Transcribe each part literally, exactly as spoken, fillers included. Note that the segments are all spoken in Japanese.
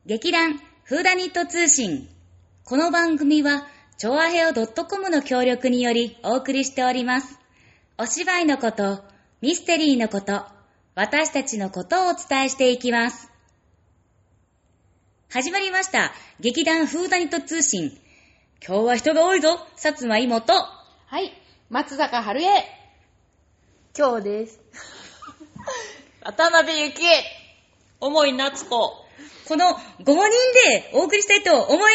劇団フーダニット通信。この番組はチョアヘオ .com の協力によりお送りしております。お芝居のこと、ミステリーのこと、私たちのことをお伝えしていきます。始まりました。劇団フーダニット通信。今日は人が多いぞ。薩摩妹。 はい。松坂春江。 今日です。 渡辺幸恵。 重い夏子。 このごにんでお送りしたいと思いま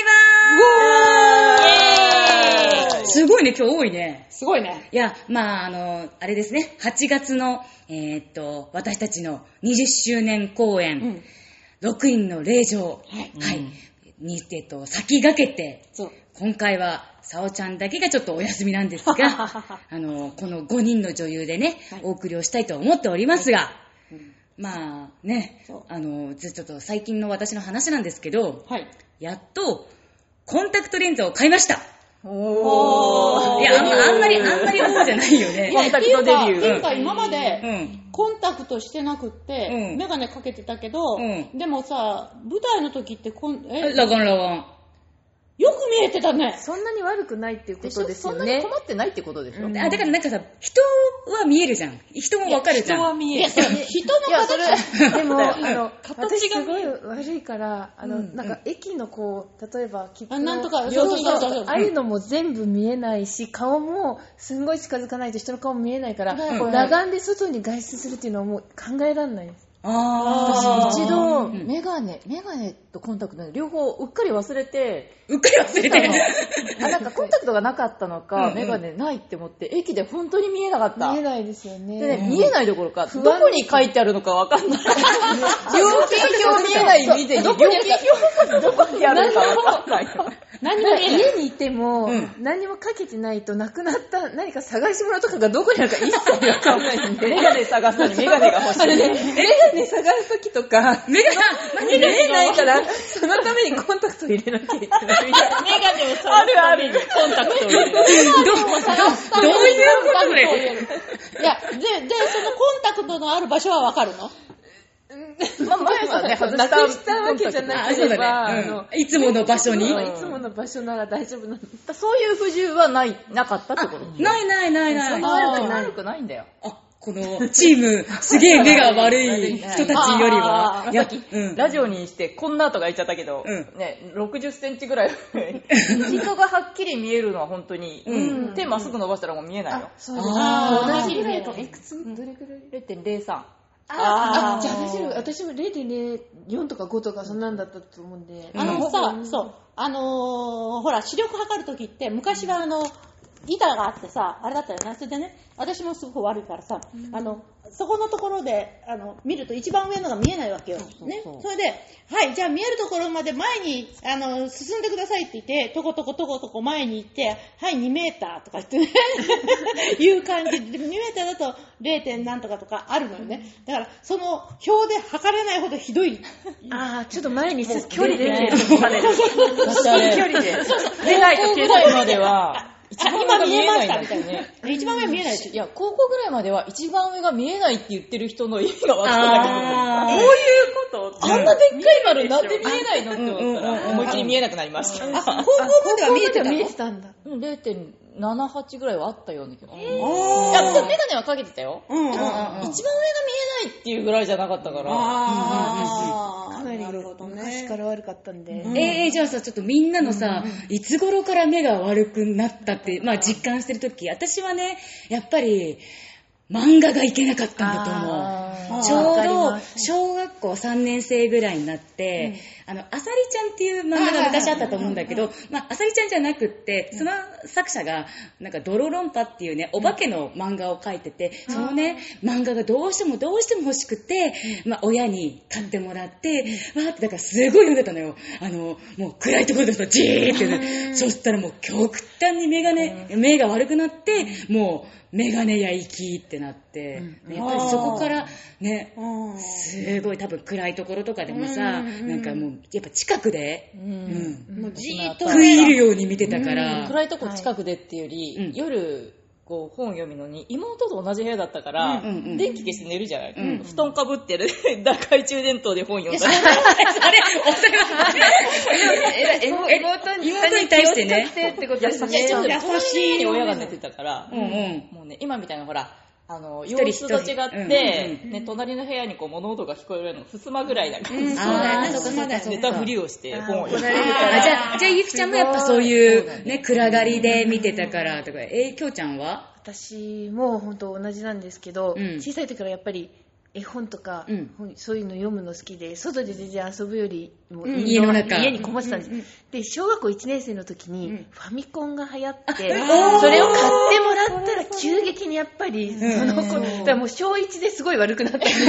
ーす。イエーイ。すごいね、今日多いね。 すごいね。 いや、まあ、あの、あれですね、はちがつの、えー、っと、私たちのにじゅっしゅうねん公演、うん、ろくいんの令嬢、はい、はい、うん、に、えっと、先駆けて、そう、今回は、さおちゃんだけがちょっとお休みなんですが、あの、このごにんの女優でね、はい、お送りをしたいと思っておりますが、はい、うん、まあね、あの、ちょっと最近の私の話なんですけど、はい、やっと、コンタクトレンズを買いました。おー。いや、あんま、あんまり、あんまりそうじゃないよね。 コンタクトデビュー。っていうか、今まで、コンタクトしてなくって、うん、メガネかけてたけど、うん、でもさ、舞台の時ってこん、 えラガンラガン。 よく見えてたね。 そんなに悪くないっていうことですよね。 そんなに困ってないってことでしょ、うん、 あ、だからなんかさ、人は見えるじゃん。人もわかるじゃん。 人は見える。 いや、人の形。 でも、あの、私すごい悪いから、あの、うん、なんか駅のこう、例えば、切符の、 なんとか、そうそうそうそう。 ああいうのも全部見えないし、顔もすんごい近づかないと人の顔も見えないから、うん、裸眼で外に外出するっていうのはもう考えられないです。 あ私一度、メガネ、メガネとコンタクト両方うっかり忘れて、 うっかり忘れてあ、なんかコンタクトがなかったのか、うんうん、メガネないって思って、駅で本当に見えなかった。 見えないですよね。 でね、見えないどころか、どこに書いてあるのかわかんない。料金表見えない店に、料金表どこにあるのかわかんない。 何も家にいても、うん、何もかけてないとなくなった何か探し物とかがどこにあるか一切わかんないんで。 メガネ探すのにメガネが欲しい。 メガネ探すときとか、 メガネ見えないから、そのためにコンタクト入れなきゃいけない。メガネを探すためにコンタクトを入れる。どういうことでいや、で、で、そのコンタクトのある場所はわかるの？ まあ、前はね、外した、したわけじゃなければ、 ね、うん、いつもの場所に、 うん、いつもの場所なら大丈夫なんだ。 そういう不自由はない、なかったってこと？ ないないないない。 そんな悪くない。悪くないんだよ。 あ、このチーム、すげえ目が悪い人たちよりは。 さっき、うん、ラジオにしてこんなとか言っちゃったけど、うん、ね、ろくじゅっセンチぐらい、人がはっきり見えるのは本当に、うん、手まっすぐ伸ばしたらもう見えないよ。 そうです。あ、同じぐらいか。いくつ？どれくらい？ れいてんれいさん。 ああ、じゃあ私も、私も れいてんれいよん とかごとかそんなんだったと思うんで。 あのさ、そう、あのー、ほら、視力測るときって昔はあの、板があってさ、あれだったよね。それでね、私もすごく悪いからさ、うん、あの、そこのところで、あの、見ると一番上のが見えないわけよ。そうそうそうね。それで、はい、じゃあ見えるところまで前に、あの、進んでくださいって言って、とことことことこ前に行って、はい、にメーターとか言ってね、いう感じで、にメーターだと れい. 点なんとかとかあるのよね。だから、その表で測れないほどひどい。 ああ、ちょっと前に距離で、 ね、距離で。出ないと消えないまでは、一番上が見えないんだみたいね。 一番上見えないし。 いや、高校ぐらいまでは一番上が見えないって言ってる人の意味が分かんないけど、どういうことあんなでっかい丸なんで見えないのって思ったら、思いっきり見えなくなりました。 あ、高校までは見えてたの？ 見えてたんだ。 れいてんななはち ぐらいはあったような気がする。いや、でもメガネはかけてたよ。でも、一番上が見えないっていうぐらいじゃなかったから。 ああ、かなり昔から悪かったんで。 えー、じゃあさ、ちょっとみんなのさ、いつ頃から目が悪くなったって、まあ実感してるとき、私はね、やっぱり、漫画がいけなかったんだと思う。ちょうど小学校さんねん生ぐらいになって、うん、あの、あさりちゃんっていう漫画が昔あったと思うんだけど、まあ、あさりちゃんじゃなくって、その作者が、なんかドロロンパっていうね、お化けの漫画を描いてて、そのね、漫画がどうしてもどうしても欲しくて、まあ、親に買ってもらって、わーって、だからすごい読んでたのよ。あの、もう暗いところでさ、じーってね、そしたらもう極端に目がね、目が悪くなって、もう、メガネや息ってなって、うん、やっぱりそこからね、すごい多分暗いところとかでもさ、なんかもうやっぱ近くで、うんうん、もうじーっと食い入るように見てたから、 暗いとこ近くでっていうより、はい、夜こう本読むのに妹と同じ部屋だったから、 うんうんうん、 電気消して寝るじゃない、 うん、 布団かぶってる懐中電灯で本読んだらそれ妹に妹に対してねってことですね。 優しい親が寝てたから、 うんうん、 もうね今みたいなほらあの様子と違って、うんうんね、隣の部屋にこう物音が聞こえるのふすまぐらいだから、うん、 そうだよね、そうそう寝たふりをして本を読んで、 あじゃあじゃあゆきちゃんもやっぱそういうね暗がりで見てたからとか、えー、きょうちゃんは？ 私も本当同じなんですけど、 うん、 小さい時からやっぱり絵本とか、 うん、 そういうの読むの好きで、外で全然遊ぶよりも、 うん、家の中家にこもってたんです、うんうん、で小学校いちねん生の時に、うん、ファミコンが流行って、それを買ってもらったら急激にやっぱり、うん、その子、だからもう小いちですごい悪くなったんですよ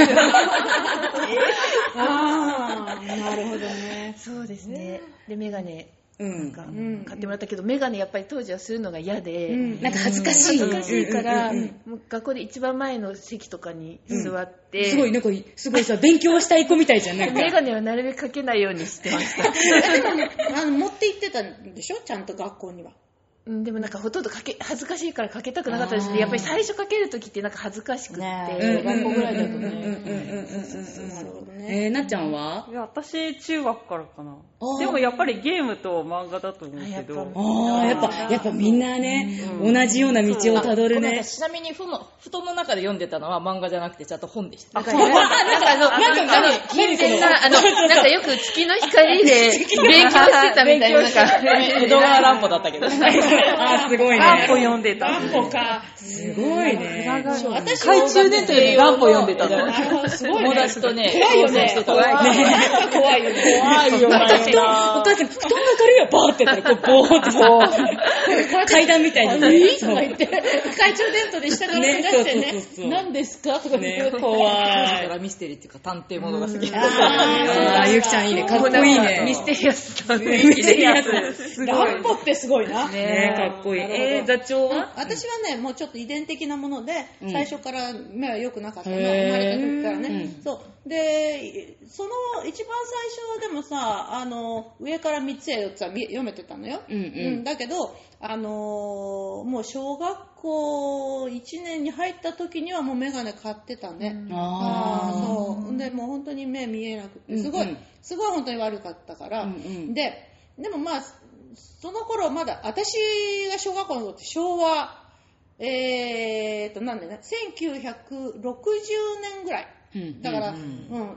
あーなるほどね。 そうですね。でメガネなんか買ってもらったけど、メガネやっぱり当時はするのが嫌で、 うん、なんか恥ずかしい恥ずかしいから、うんうんうん、もう学校で一番前の席とかに座って、 うん、すごいなんかすごいさ勉強したい子みたいじゃん。なんかメガネはなるべくかけないようにしてましたあの持って行ってたんでしょちゃんと学校には。 でもなんかほとんどかけ恥ずかしいからかけたくなかったですね。やっぱり最初かけるときってなんか恥ずかしくって、ね、 学校ぐらいだとね。 なるほどね。 えー、なっちゃんは？ いや私中学からかな。でもやっぱりゲームと漫画だと思うけど。 ああやっぱやっぱみんなね、うん、同じような道をたどるね。 ちなみに布団の中で読んでたのは漫画じゃなくてちゃんと本でした。 あなんかあのなんかあの健全なあのなんかよく月の光で勉強してたみたいななんか江戸川乱歩だったけど。 あすごいね。 乱歩読んでた。 乱歩か。 すごいね。 私懐中電灯より乱歩読んでたの。すごいね。友達とね、 怖いよね。怖いよね。 怖いよね。 お母さん、布団が明るいわ、バーってやったら、こう、ボーってさ、階段みたいにね。 とか言って、懐中電灯で下から照らしてね、何ですかとか言って。 怖い。 ミステリーっていうか探偵物が好き。 ああ、ゆきちゃんいいね。かっこいいね。 ミステリアスだね。 ミステリアス。 乱歩ってすごいな。 ねかっこいい。えー、座長は？ 私はね、もうちょっと遺伝的なもので、最初から目は良くなかったの。生まれた時からね。そう。で、その一番最初でもさ、あの、上からみっつやよっつは読めてたのよ。 うんうん、 だけど、あのー、もう小学校いちねんに入った時にはもうメガネ買ってたね。 うん、ああそう。で、もう本当に目見えなくて、すごい、うんうん、すごい本当に悪かったから。 うんうん、 で、でもまあ、その頃まだ、私が小学校の頃って昭和、えーと、なんでね、せんきゅうひゃくろくじゅうねんぐらい。 うん、 だから、うんうん、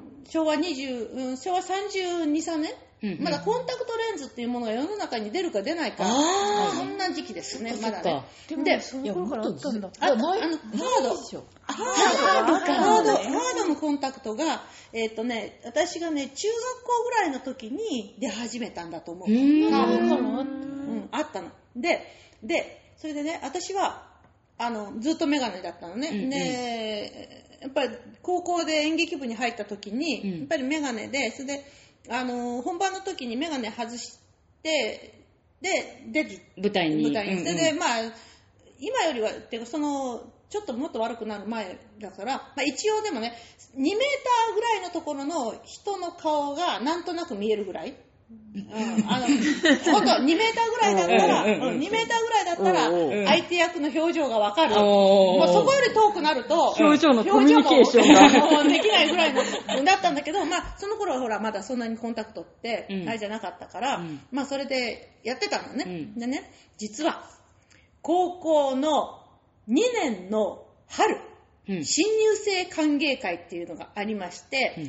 昭和にじゅう、うん、昭和さんじゅうに、さんねん、うんうん、まだコンタクトレンズっていうものが世の中に出るか出ないか、そんな時期ですね、まだね。 で、その頃からあったんだ。 あ、あの、ハード、ハードか、ハード、ハードのコンタクトが、えっとね、私がね、中学校ぐらいの時に出始めたんだと思う。 うん、 あ、うん、あったの。で、で、それでね、私は、あの、ずっとメガネだったのね。うんうん、で、やっぱり高校で演劇部に入った時に、うん、やっぱりメガネで、それで、あの、本番の時にメガネ外して、で、出る。 舞台に。 舞台に。それで、まあ、今よりは、てかその、ちょっともっと悪くなる前だから、まあ一応でもね、にメーターぐらいのところの人の顔がなんとなく見えるぐらい。うん、あの、ほんとにメーターぐらいだったら、うん、にメーターぐらいだったら、うん、相手役の表情がわかる。もうそこより遠くなると、 表情のコミュニケーションができないぐらいのだったんだけど、まあその頃はほらまだそんなにコンタクトって、うん、あれじゃなかったから、うん、まあそれでやってたのね。うん、でね、実は高校のにねんの春、うん、新入生歓迎会っていうのがありまして、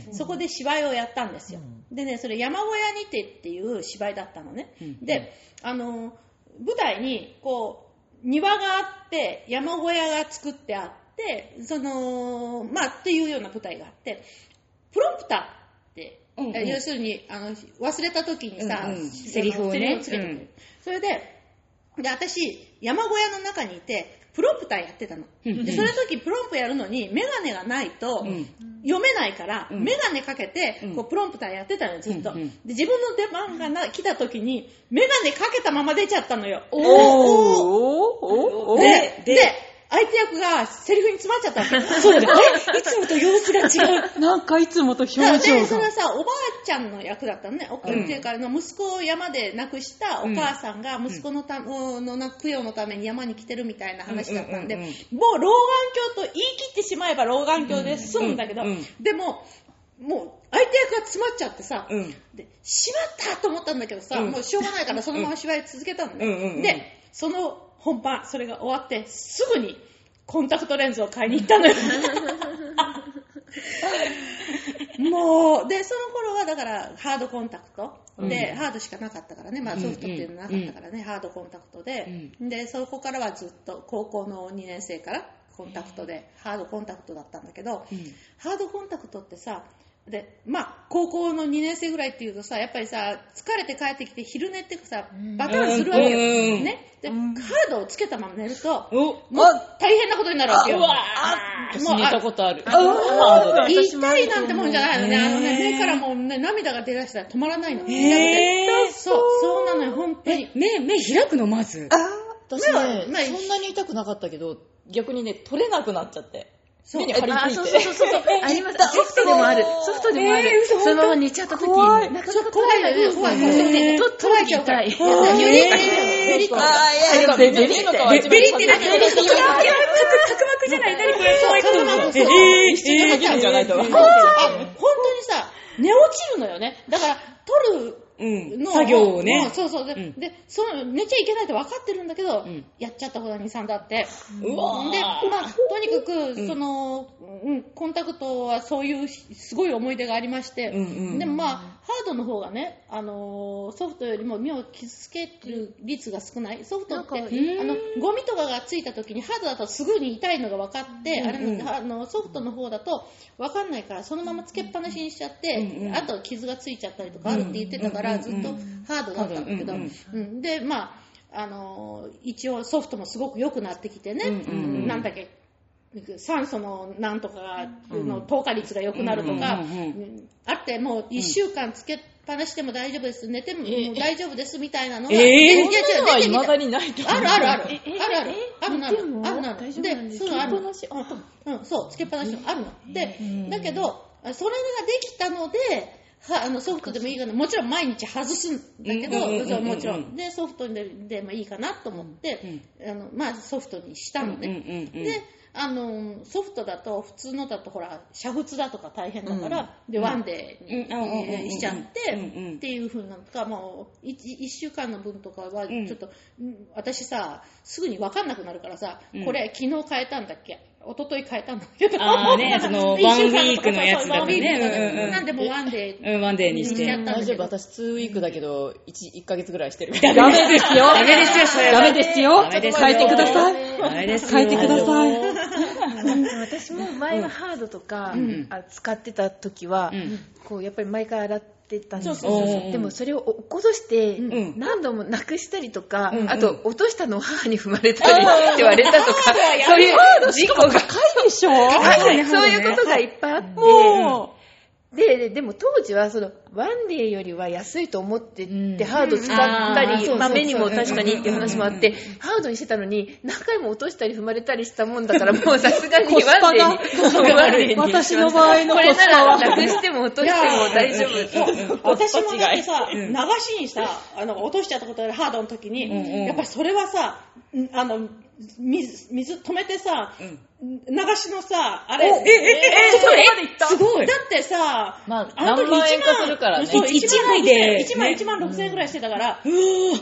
うん、そこで芝居をやったんですよ、うん、でねそれ山小屋にてっていう芝居だったのね、うん、であの舞台にこう庭があって山小屋が作ってあってそのまあっていうような舞台があってプロンプターって、うんうん、要するにあの忘れた時にさ、うんうん、 セリフをねつけてくる、うん、それでで私山小屋の中にいてプロンプターやってたの、うんうん、でその時プロンプやるのにメガネがないと読めないから、うん、メガネかけてこうプロンプターやってたのよずっと、うんうん、で自分の出番がな来た時にメガネかけたまま出ちゃったのよ。 おーおーおーでで相手役がセリフに詰まっちゃったわけ。 そうだね。あれいつもと様子が違う。 なんかいつもと表情が。 で、それはさ、おばあちゃんの役だったのね。おっていうか、息子を山で亡くしたお母さんが息子のた、の供養のために山に来てるみたいな話だったんで、もう老眼鏡と言い切ってしまえば老眼鏡で済むんだけど、でも、もう相手役が詰まっちゃってさ、うん、でしまったと思ったんだけどさ、うん、もうしょうがないからそのまま芝居続けたのね、うんうんうん、でその本番それが終わってすぐにコンタクトレンズを買いに行ったのよもうでその頃はだからハードコンタクトで、うん、ハードしかなかったからね、まあ、ソフトっていうのなかったからね、うん、ハードコンタクトで、うん、でそこからはずっと高校のにねん生からコンタクトでハードコンタクトだったんだけど、うん、ハードコンタクトってさでまあ、高校のにねん生ぐらいっていうとさやっぱりさ疲れて帰ってきて昼寝ってさバターンするわけよ、うんね、で、うん、ハードをつけたまま寝るともう大変なことになるわけよ。 うわあ私寝たことある。あ痛いなんてもんじゃないのね。あのね目からもう、ね、涙が出だしたら止まらないの。そうそうなのよ本当に。 目目開くのまず。 あ私ねそんなに痛くなかったけど逆にね取れなくなっちゃって。目に張り付いて。 そうそうそうそう。あります。ソフトでもある。ソフトでもある。そのまま寝ちゃった時に。怖い。 なんか怖いよね。怖い。怖い。 ね。と、とられちゃうから。 ユリッベリッと。 あー、いや、ベリッとかは一番。 ベリッって何？ベリッって角膜じゃない。何これ？そういうこと。えー、一緒に吐けるんじゃないと。 本当にさ、寝落ちるのよね。だから、取る。 うん、作業をね。 そうそう。で、うん、でその寝ちゃいけないって分かってるんだけど、うん、やっちゃったことがに、さんだって。 うわーで、まあ、とにかく、うん、その、うん、コンタクトはそういうすごい思い出がありまして、うんうん、でもまあ、ハードの方がね、あのー、ソフトよりも目を傷つける率が少ない。ソフトって、あの、ゴミとかがついた時にハードだとすぐに痛いのが分かって、うんうん、あれのあのソフトの方だと分かんないからそのままつけっぱなしにしちゃって、うんうん、あと傷がついちゃったりとかあるって言ってたから、ずっとハードだったんだけど、うんうん、でまああの一応ソフトもすごく良くなってきてね、うんうんうん、なんだっけ酸素のなんとかの透過率が良くなるとか、うんうんうん、あってもういっしゅうかんつけっぱなしでも大丈夫です、寝ても大丈夫ですみたいなのが、 えー、いや違うそんなのは未だにないと思う。 あるあるあるあるあるあるあるあるあるでそうあるのうんそうつけっぱなしあるのでだけどそれができたのではあのソフトでもいいかなもちろん毎日外すんだけど、うんうんうんうん、もちろんでソフトででもいいかなと思って、うん、あのまあソフトにしたのね、うんうんうんうん、であのソフトだと普通のだとほら煮沸だとか大変だから、うん、でワンデーにしちゃって、うんうん、っていう風なのとかもう い, いっしゅうかんの分とかはちょっと、うん、私さすぐに分かんなくなるからさ、うん、これ昨日変えたんだっけ一昨日変えたんだけどあーねそのワンウィークのやつだね、 うんうん、なんでもワンデー、 うん、ワンデーにして大丈夫私ツーウィークだけど 1, いっかげつぐらいしてるダメですよダメですよそれダメですよ変えてくださいダメですよ変えてください私も前はハードとか、うん、使ってた時は、うん、こうやっぱり毎回洗ってたんですよ。でもそれを落っことして何度もなくしたりとか、うん、あと落としたのを母に踏まれたりって割れたとか、そういう事故が高いでしょ、 はい、そういうことがいっぱいあって。もうで, でも当時はそのワンデーよりは安いと思ってって、うん、ハード使ったり、うん、まあ、目にも確かにっていう話もあって、うん、ハードにしてたのに何回も落としたり踏まれたりしたもんだからもうさすがにワンデーに私の場合のコスパはこれならなくしても落としても大丈夫私もだってさ、うん、流しにさあの落としちゃったことでハードの時に、うんうん、やっぱりそれはさあの 水, 水止めてさ、うん、流しのさあれええええすごいだってさ、 まあ、あの時いちまん何万円かするからねそういちまいでいちまんいちまんろくせんえんぐらいしてたから、うん、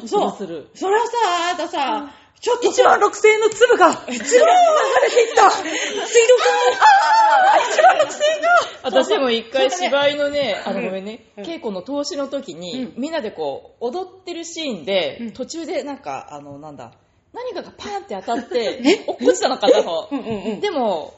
そうするそれはさあなたさ、うんちょっといちまんろくせんえんの粒が粒が流れていった水道管あーいちまんろくせんえんが私も一回芝居のねあのごめんね、うん、稽古の投資の時に、うん、みんなでこう踊ってるシーンで、うん、途中でなんかあのなんだ何かがパーンって当たって落っこちたの片方、うんうんうん、でも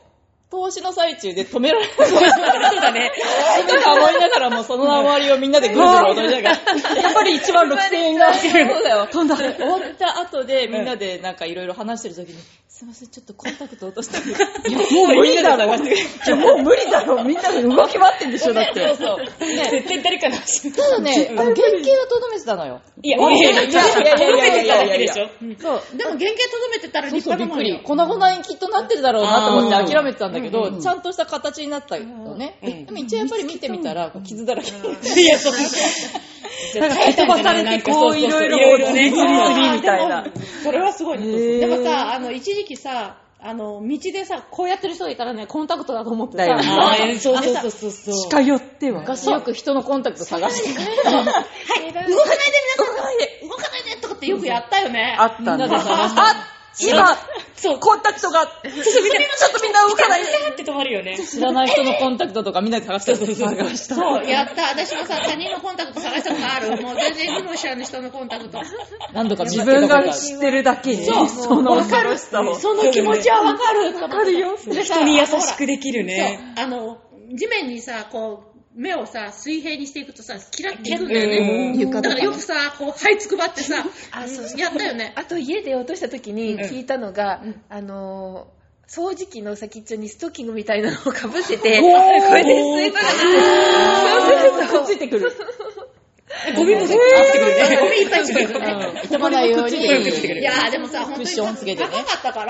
投資の最中で止められない。そうだね。 自分が思いながらもその周りをみんなでぐるぐる踊りながら。やっぱりいちまんろくせんえんが。そうだよ。飛んだ。終わった後でみんなでなんかいろいろ話してる時に、すいません、ちょっとコンタクト落としたんで。いや、もう無理だろ。 じゃもう無理だろ。みんなで動き回ってんでしょ、だって。 そうそう。ね、 絶対誰かの話。ただね、あの、原型はとどめてたのよ。 いや、いやいやいやいやいやいやいやいや。 そう。でも原型とどめてたら立派なもんよ。 そうそう、びっくり。粉々にきっとなってるだろうなと思って諦めてたんだけど、ちゃんとした形になったのね。でも一応やっぱり見てみたら、傷だらけ。 いや、そう。 なんか蹴飛ばされて、こういろいろね、みたいな。 それはすごいね。でもさ、あの、一時期さ、あの、道でさ、こうやってる人がいたらね、コンタクトだと思ってさ。 だよね。 あーそうそうそうそうそう。 近寄っては。 昔よく人のコンタクト探してた。 はい、動かないで皆さん、動かないで動かないでとかってよくやったよね。 あったんだ。 あ今、そう、コンタクトが、 そうそう、みんな、ちょっとみんな動かないでって止まるよね。 知らない人のコンタクトとかみんなで探してた。そうそうそう。 そう、やった。私もさ、他人のコンタクト探したことある。もう全然苦労しちゃうの、人のコンタクト。 何度か見つけ自たことある。 分が知ってるだけに、 そう、 その恐ろしさを。 その気持ちはわかる。 わかるよ。 人に優しくできるね。 そう、あの、地面にさ、こう、目をさ、水平にしていくとさ、キラッていくんだよね。だからよくさ、こう、這いつくばってさ、 あ、そうそう、 やったよね。 あと家で落とした時に聞いたのが、あのー、掃除機の先っちょにストッキングみたいなのをかぶせて、これで吸い取る。そうすると、 くっついてくる。 ゴミもついてくるね。 ゴミいっぱいついてくるね。 痛まないように。 いやーでもさ、本当にクッションつけてね高かったから、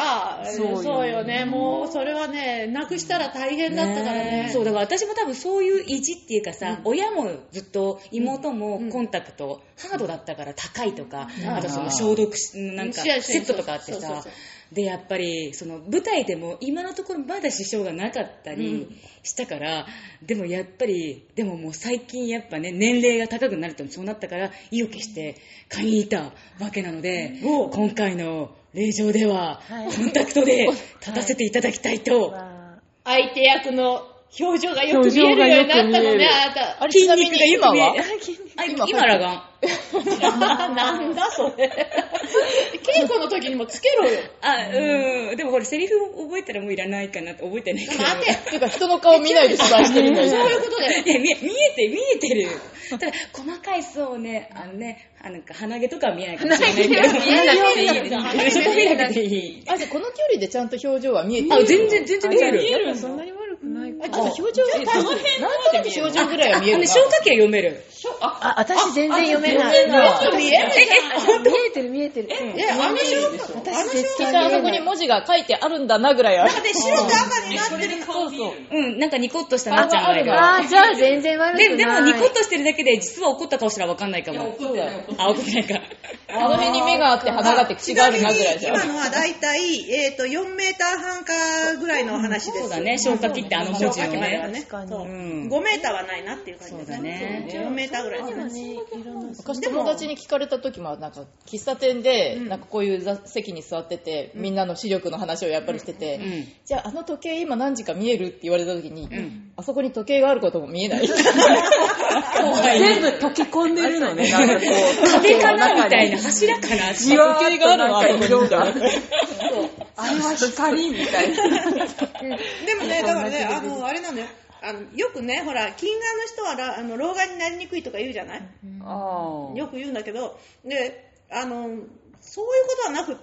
そうよね。もう、それはね、なくしたら大変だったからね。 そう、だから私も多分そういう意地っていうかさ、親もずっと妹もコンタクト、ハードだったから高いとか、あとその消毒なんかセットとかあってさ、で、やっぱり、その舞台でも今のところまだ支障がなかったりしたから、うん、でもやっぱり、でももう最近やっぱね、年齢が高くなるとそうなったから、意を決して買いに行ったわけなので、うん、今回の令状では、コンタクトで立たせていただきたいと。 はい、相手役の表情がよく見えるようになったのね、あなた。 あれ、ちなみに今は今、今らが。 なんだそれ。稽古の時にもつけろよ。 あ、うん。でもこれセリフを覚えたらもういらないかなって覚えてないから。 なんでてか人の顔見ないで芝居してるんだよ。 そういうことだよ。 いや、見えて、見えてる。ただ、細かいそうね、あのね、あなんか鼻毛とかは見えないかもしれないけど。見えなくていいです。そこ見えなくていい。 あ、じゃあこの距離でちゃんと表情は見えてる。 あ、全然、全然見える。 見える。そんなに悪くない。 あ、ちょっと表情、なんとなく表情ぐらいは見える。 あの、消化器は読める。 あ、私全然読めない。 見える見えてる見えてる。 え、あの消化器私絶きっとあそこに文字が書いてあるんだなぐらいは。 なんかね、白と赤になってる顔。 そうそう。 うん、なんかニコッとしたなっちゃんがいる。 あ、じゃあ全然悪くない。 で、でもニコッとしてるだけで、実は怒った顔したらわかんないかも。 そうだよ。 あ、怒ってないか。 あの辺に目があって鼻があって口があるなぐらいじゃん。 今のはだいたい、えっと、よんメーター半かぐらいの話です。 そうだね、消化器ってあの文字のね。 そう。ごメーターはないなっていう感じですね。 そうだね。 よんメーターぐらいですね。 昔友達に聞かれた時もなんか喫茶店でなんかこういう席に座ってて、みんなの視力の話をやっぱりしてて、じゃああの時計今何時か見えるって言われた時に、あそこに時計があることも見えない。 全部溶け込んでるのね。なんかこう壁かなみたいな柱かな。 じわ時計があるのあそこに。 あれは光みたいな。 でもね、だからね、あの、あれなんだよ。あのよくね、ほら、近眼の人はらあの老眼になりにくいとか言うじゃない、 あよく言うんだけど、で、あの、そういうことはなくって、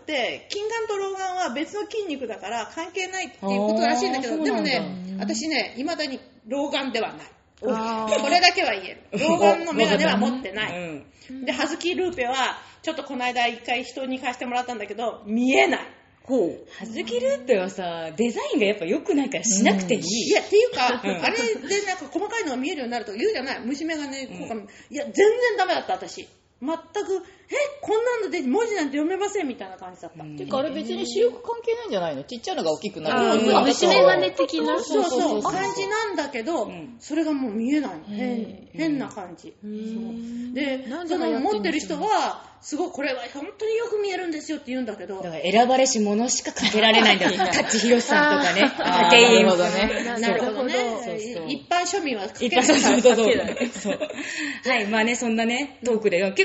近眼と老眼は別の筋肉だから関係ないっていうことらしいんだけど、でもね、私ね、未だに老眼ではない。これだけは言える。老眼の眼鏡は持ってない。で、ハズキルーペは、ちょっとこの間一回人に貸してもらったんだけど、見えない。 ほう。ハズキルーペはさ、デザインがやっぱ良くないからしなくていい。 いや、っていうか、あれでなんか細かいのが見えるようになるとか言うじゃない。虫眼鏡、こうか、いや、全然ダメだった、私。全く、え、こんなので文字なんて読めませんみたいな感じだった。 てかあれ別に視力関係ないんじゃないの？ちっちゃいのが大きくなる。 虫眼鏡的な。 そうそう、感じなんだけど、それがもう見えないの。変、変な感じ。で、その持ってる人は、すごいこれは本当によく見えるんですよって言うんだけど。 だから選ばれし者しかかけられないんだよ。舘ひろしさんとかね。武井絵美さん。 なるほどね。一般庶民はかけない。 一般庶民はかけない。そう。はい、まあね、そんなね、トークで、結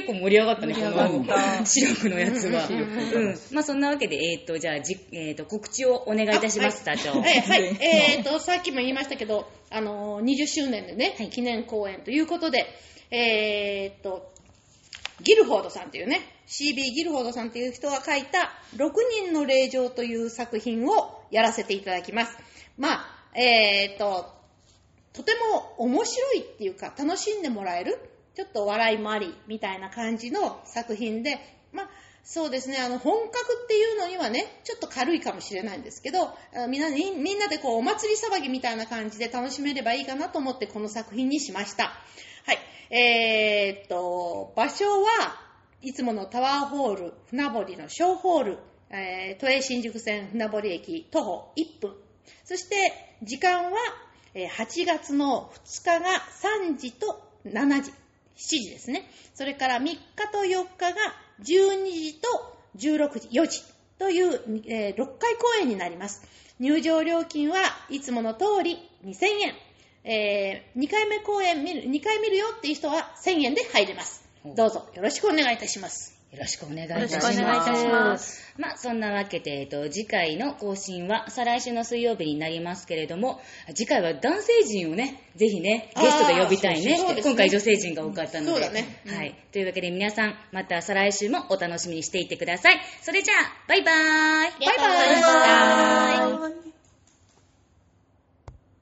結構盛り上がったね、こ盛り上がのった視力のやつは。うん。まあそんなわけで、えっと、じゃあ、じえっと、告知をお願いいたします、 あ社長。 はい、はい。えっと、さっきも言いましたけど、あの、にじゅっしゅうねんでね、記念公演ということで、えっと、ギルフォードさんというね、シービー ギルフォードさんという人が書いたろくにんの令嬢という作品をやらせていただきます。まあ、えっと、とても面白いっていうか、楽しんでもらえる、ちょっと笑いもあり、みたいな感じの作品で、まあ、そうですね、あの、本格っていうのにはね、ちょっと軽いかもしれないんですけど、あのみんなに、みんなでこう、お祭り騒ぎみたいな感じで楽しめればいいかなと思ってこの作品にしました。はい。えー、っと、場所はいつものタワーホール、船堀の小ホール、えー、都営新宿線船堀駅徒歩いっぷん。そして、時間は、はちがつのふつかがさんじとしちじ、しちじですね。それからみっかとよっかがじゅうにじとじゅうろくじ、よじという、えー、ろっかい公演になります。入場料金はいつもの通りにせんえん。えー、にかいめ公演見る、にかい見るよっていう人はせんえんで入れます。どうぞよろしくお願いいたします。 よろしくお願いいたします。 よろしくお願いいたします。 まあ、そんなわけで、えっと、次回の更新は再来週の水曜日になりますけれども、次回は男性陣をね、ぜひね、ゲストで呼びたいね。 そうそうですね、 今回女性陣が多かったので。 そうだね。 はい。というわけで皆さん、また再来週もお楽しみにしていってください。それじゃあ、バイバーイ。 バイバーイ。 バイバーイ。